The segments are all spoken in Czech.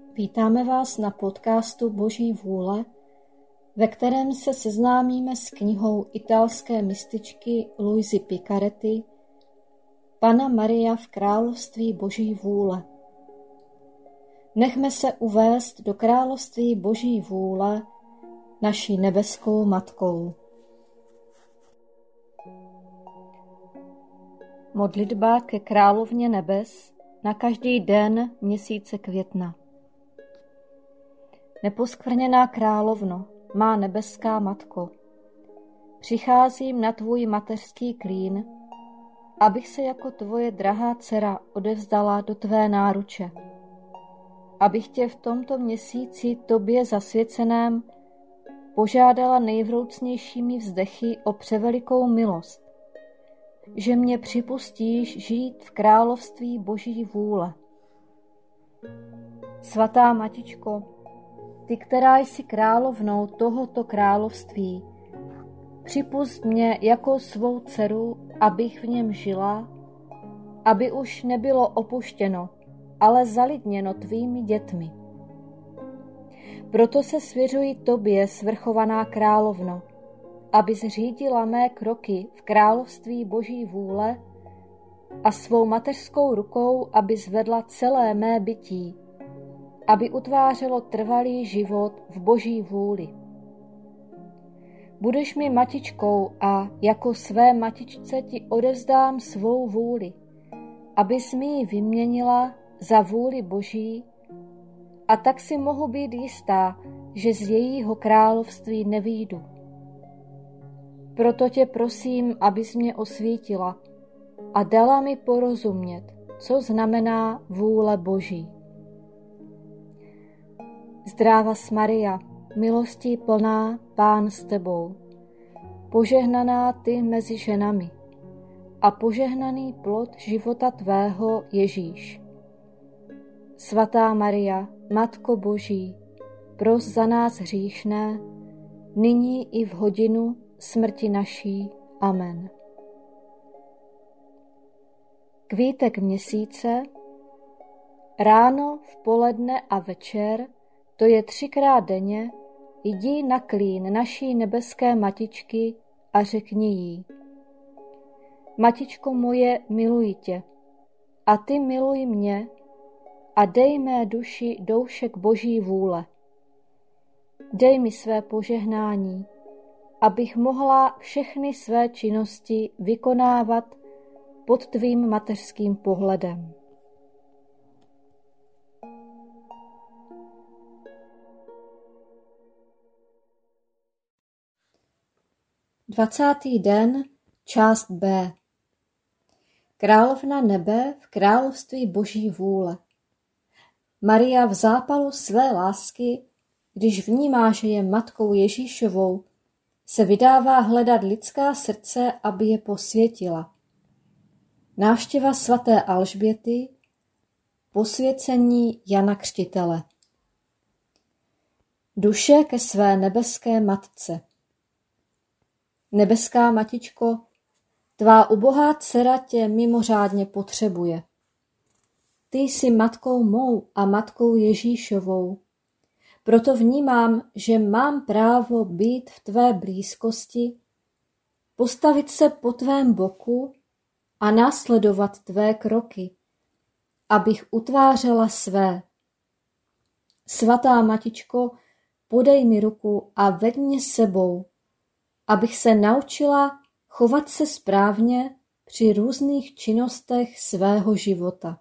Vítáme vás na podcastu Boží vůle, ve kterém se seznámíme s knihou italské mističky Luisy Picaretti Panna Maria v království Boží vůle. Nechme se uvést do království Boží vůle naší nebeskou matkou. Modlitba ke královně nebes na každý den měsíce května. Neposkvrněná královno, má nebeská matko, přicházím na tvůj mateřský klín, abych se jako tvoje drahá dcera odevzdala do tvé náruče, abych tě v tomto měsíci tobě zasvěceném požádala nejvroucnějšími vzdechy o převelikou milost, že mě připustíš žít v království Boží vůle. Svatá Matičko, ty, která jsi královnou tohoto království, připusť mě jako svou dceru, abych v něm žila, aby už nebylo opuštěno, ale zalidněno tvými dětmi. Proto se svěřuji tobě, svrchovaná královno, abys řídila mé kroky v království Boží vůle a svou mateřskou rukou abys vedla celé mé bytí, aby utvářelo trvalý život v Boží vůli. Budeš mi matičkou a jako své matičce ti odevzdám svou vůli, abys mi ji vyměnila za vůli Boží, a tak si mohu být jistá, že z jejího království nevyjdu. Proto tě prosím, abys mě osvítila a dala mi porozumět, co znamená vůle Boží. Zdrávas Maria, milostí plná, Pán s tebou, požehnaná ty mezi ženami a požehnaný plod života tvého Ježíš. Svatá Maria, Matko Boží, pros za nás hříšné, nyní i v hodinu smrti naší. Amen. Kvítek měsíce, ráno, v poledne a večer, to je 3krát denně, jdi na klín naší nebeské matičky a řekni jí: Matičko moje, miluji tě, a ty miluj mě, a dej mé duši doušek Boží vůle. Dej mi své požehnání, abych mohla všechny své činnosti vykonávat pod tvým mateřským pohledem. Dvacátý den, část B. Královna nebe v království Boží vůle. Maria v zápalu své lásky, když vnímá, že je matkou Ježíšovou, se vydává hledat lidská srdce, aby je posvětila. Návštěva svaté Alžběty, posvěcení Jana Křtitele. Duše ke své nebeské matce. Nebeská matičko, tvá ubohá dcera tě mimořádně potřebuje. Ty jsi matkou mou a matkou Ježíšovou. Proto vnímám, že mám právo být v tvé blízkosti, postavit se po tvém boku a následovat tvé kroky, abych utvářela své. Svatá Matičko, podej mi ruku a veď mě s sebou, abych se naučila chovat se správně při různých činnostech svého života.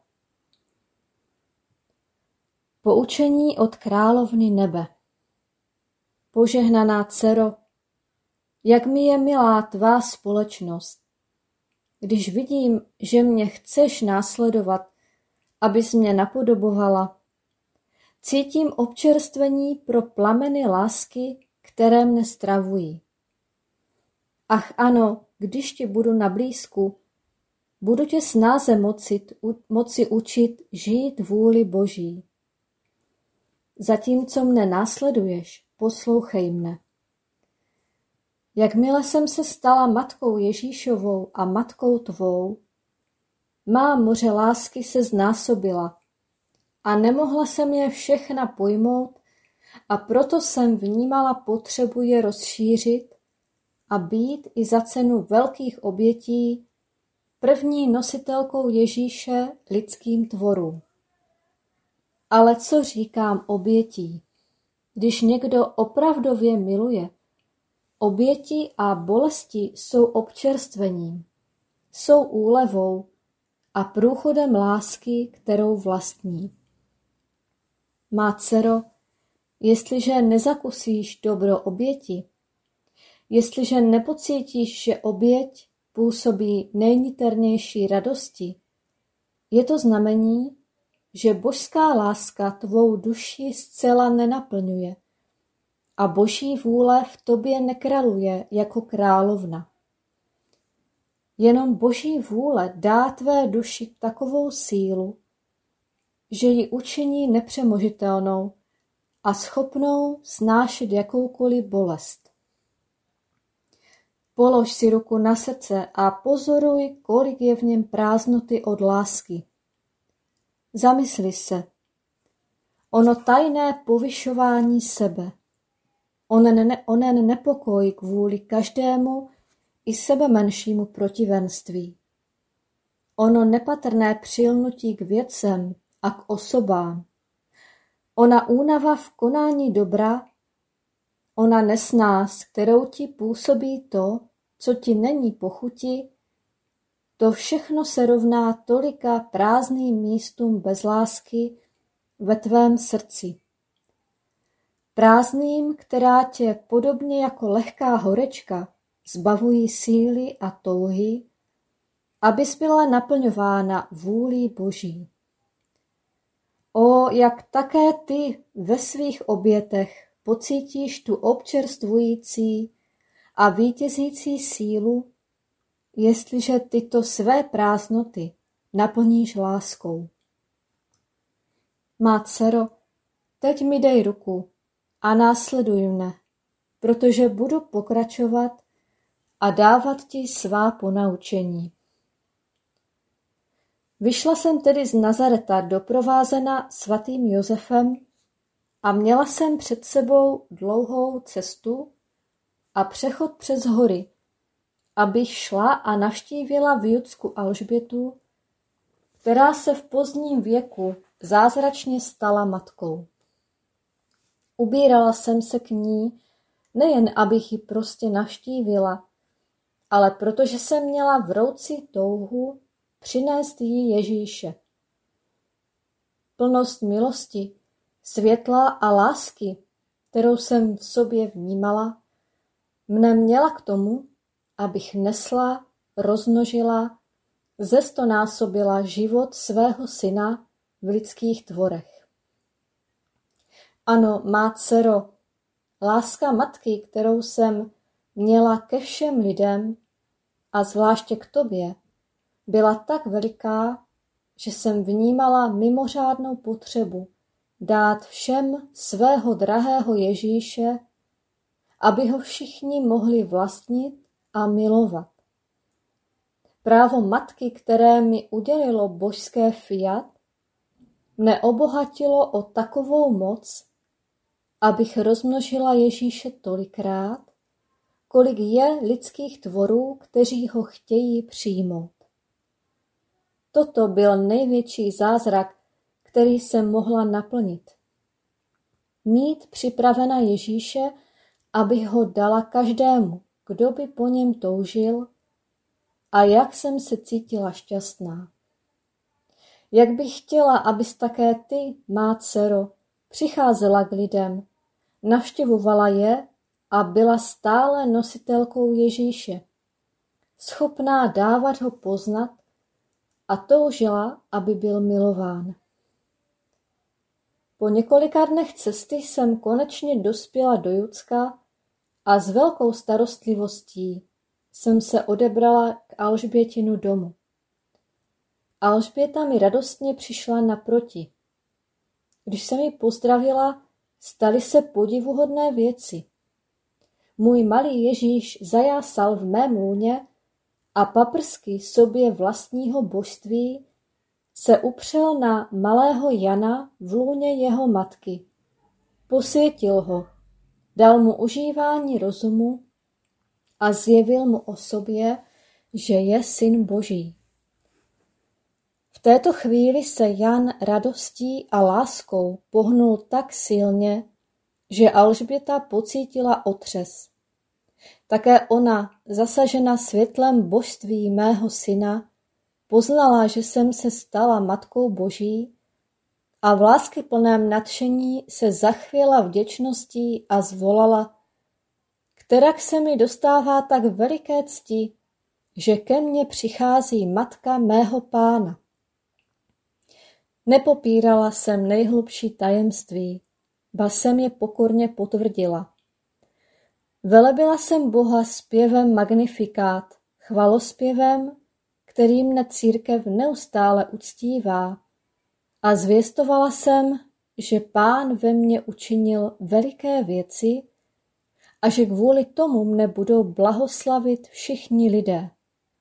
Poučení od královny nebe. Požehnaná dcero, jak mi je milá tvá společnost. Když vidím, že mě chceš následovat, abys mě napodobovala, cítím občerstvení pro plameny lásky, které mne stravují. Ach ano, když ti budu na blízku, budu tě snáze moci učit žít vůli Boží. Zatímco mne následuješ, poslouchej mne. Jakmile jsem se stala matkou Ježíšovou a matkou tvou, má moře lásky se znásobila a nemohla jsem je všechna pojmout a proto jsem vnímala potřebu je rozšířit a být i za cenu velkých obětí první nositelkou Ježíše lidským tvorům. Ale co říkám obětí? Když někdo opravdově miluje, oběti a bolesti jsou občerstvením, jsou úlevou a průchodem lásky, kterou vlastní. Má dcero, jestliže nezakusíš dobro oběti, jestliže nepocítíš, že oběť působí nejniternější radosti, je to znamení, že božská láska tvou duši zcela nenaplňuje a boží vůle v tobě nekráluje jako královna. Jenom boží vůle dá tvé duši takovou sílu, že ji učiní nepřemožitelnou a schopnou snášet jakoukoliv bolest. Polož si ruku na srdce a pozoruj, kolik je v něm prázdnoty od lásky. Zamysli se. Ono tajné povyšování sebe, onen nepokoj kvůli každému i sebe menšímu protivenství. Ono nepatrné přilnutí k věcem a k osobám. Ona únava v konání dobra, ona nesnáz, kterou ti působí to, co ti není po chuti, to všechno se rovná tolika prázdným místům bez lásky ve tvém srdci. Prázdným, která tě podobně jako lehká horečka zbavují síly a touhy, abys byla naplňována vůlí Boží. O, jak také ty ve svých obětech pocítíš tu občerstvující a vítězící sílu, jestliže tyto své prázdnoty naplníš láskou. Má dcero, teď mi dej ruku a následuj mne, protože budu pokračovat a dávat ti svá ponaučení. Vyšla jsem tedy z Nazareta doprovázena svatým Josefem a měla jsem před sebou dlouhou cestu a přechod přes hory, abych šla a navštívila v Judsku Alžbětu, která se v pozdním věku zázračně stala matkou. Ubírala jsem se k ní, nejen abych ji prostě navštívila, ale protože jsem měla vroucí touhu přinést jí Ježíše. Plnost milosti, světla a lásky, kterou jsem v sobě vnímala, mne měla k tomu, abych nesla, rozmnožila, zestonásobila život svého syna v lidských tvorech. Ano, má dcero, láska matky, kterou jsem měla ke všem lidem a zvláště k tobě, byla tak veliká, že jsem vnímala mimořádnou potřebu dát všem svého drahého Ježíše, aby ho všichni mohli vlastnit a milovat. Právo matky, které mi udělilo božské fiat, mne obohatilo o takovou moc, abych rozmnožila Ježíše tolikrát, kolik je lidských tvorů, kteří ho chtějí přijmout. Toto byl největší zázrak, který jsem mohla naplnit. Mít připravena Ježíše, abych ho dala každému, kdo by po něm toužil, a jak jsem se cítila šťastná. Jak bych chtěla, abys také ty, má dcero, přicházela k lidem, navštěvovala je a byla stále nositelkou Ježíše, schopná dávat ho poznat a toužila, aby byl milován. Po několika dnech cesty jsem konečně dospěla do Judska a s velkou starostlivostí jsem se odebrala k Alžbětinu domu. Alžběta mi radostně přišla naproti. Když jsem ji pozdravila, staly se podivuhodné věci. Můj malý Ježíš zajásal v mém lůně a paprsky sobě vlastního božství se upřel na malého Jana v lůně jeho matky. Posvětil ho, dal mu užívání rozumu a zjevil mu o sobě, že je syn Boží. V této chvíli se Jan radostí a láskou pohnul tak silně, že Alžběta pocítila otřes. Také ona, zasažena světlem božství mého syna, poznala, že jsem se stala matkou Boží a v láskyplném nadšení se zachvěla vděčností a zvolala, kterak se mi dostává tak veliké cti, že ke mně přichází matka mého Pána. Nepopírala jsem nejhlubší tajemství, ba jsem je pokorně potvrdila. Velebila jsem Boha zpěvem magnifikát, chvalospěvem, který mne církev neustále uctívá, a zvěstovala jsem, že Pán ve mně učinil veliké věci a že kvůli tomu mne budou blahoslavit všichni lidé.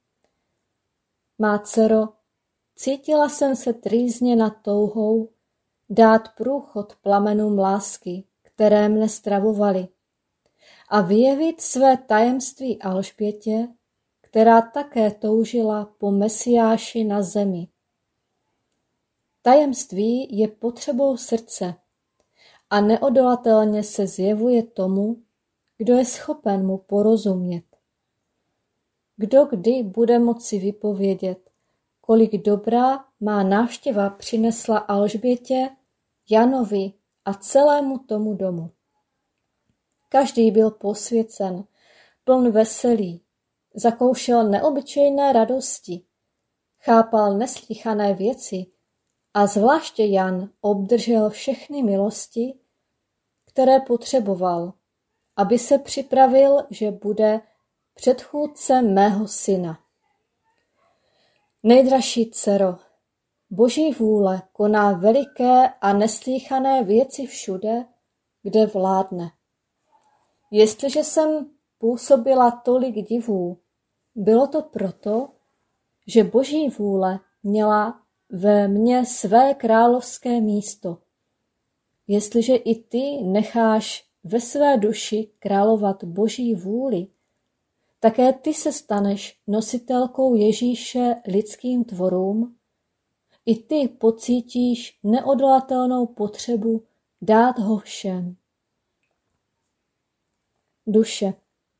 Má dcero, cítila jsem se trýzněna touhou dát průchod plamenům lásky, které mne stravovaly, a vyjevit své tajemství Alžbětě, která také toužila po Mesiáši na zemi. Tajemství je potřebou srdce a neodolatelně se zjevuje tomu, kdo je schopen mu porozumět. Kdo kdy bude moci vypovědět, kolik dobrá má návštěva přinesla Alžbětě, Janovi a celému tomu domu. Každý byl posvěcen, pln veselí, zakoušel neobyčejné radosti, chápal neslýchané věci a zvláště Jan obdržel všechny milosti, které potřeboval, aby se připravil, že bude předchůdcem mého syna. Nejdražší dcero, Boží vůle koná veliké a neslýchané věci všude, kde vládne. Jestliže jsem působila tolik divů, bylo to proto, že Boží vůle měla ve mně své královské místo. Jestliže i ty necháš ve své duši královat Boží vůli, také ty se staneš nositelkou Ježíše lidským tvorům, i ty pocítíš neodolatelnou potřebu dát ho všem. Duše.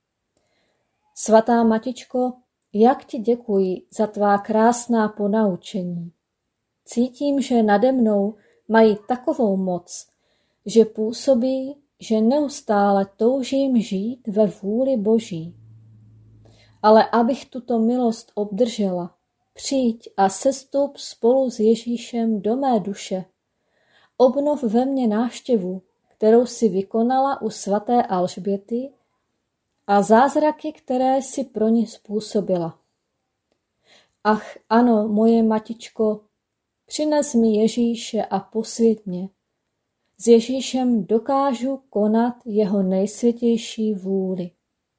Svatá Matičko, jak ti děkuji za tvá krásná ponaučení. Cítím, že nade mnou mají takovou moc, že působí, že neustále toužím žít ve vůli Boží. Ale abych tuto milost obdržela, přijď a sestup spolu s Ježíšem do mé duše. Obnov ve mně návštěvu, kterou si vykonala u svaté Alžběty, a zázraky, které si pro ní způsobila. Ach, ano, moje Matičko, přines mi Ježíše a posvěť mě. S Ježíšem dokážu konat jeho nejsvětější vůli.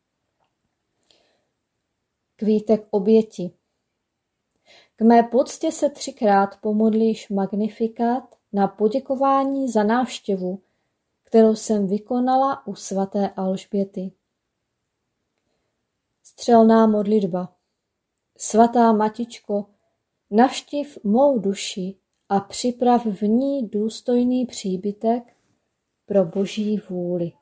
Kvítek oběti. K mé poctě se 3krát pomodlíš magnifikát na poděkování za návštěvu, kterou jsem vykonala u svaté Alžběty. Střelná modlitba. Svatá Matičko, navštiv mou duši a připrav v ní důstojný příbytek pro Boží vůli.